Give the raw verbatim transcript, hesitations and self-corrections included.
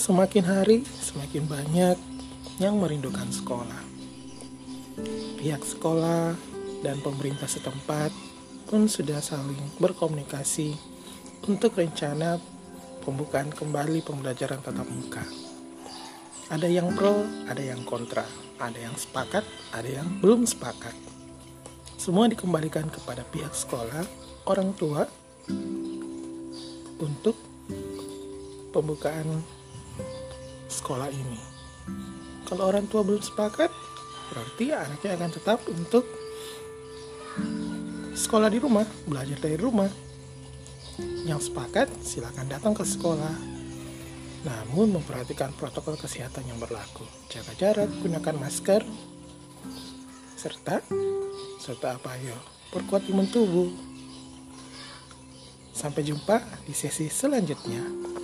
Semakin hari, semakin banyak yang merindukan sekolah. Pihak sekolah dan pemerintah setempat pun sudah saling berkomunikasi untuk rencana pembukaan kembali pembelajaran tatap muka. Ada yang pro, ada yang kontra, ada yang sepakat, ada yang belum sepakat. Semua dikembalikan kepada pihak sekolah, orang tua, untuk pembukaan sekolah ini. Kalau orang tua belum sepakat, berarti anaknya akan tetap untuk sekolah di rumah, belajar dari rumah. Yang sepakat silakan datang ke sekolah, namun memperhatikan protokol kesehatan yang berlaku. Jaga jarak, gunakan masker, serta serta apa ya? Perkuat imun tubuh. Sampai jumpa di sesi selanjutnya.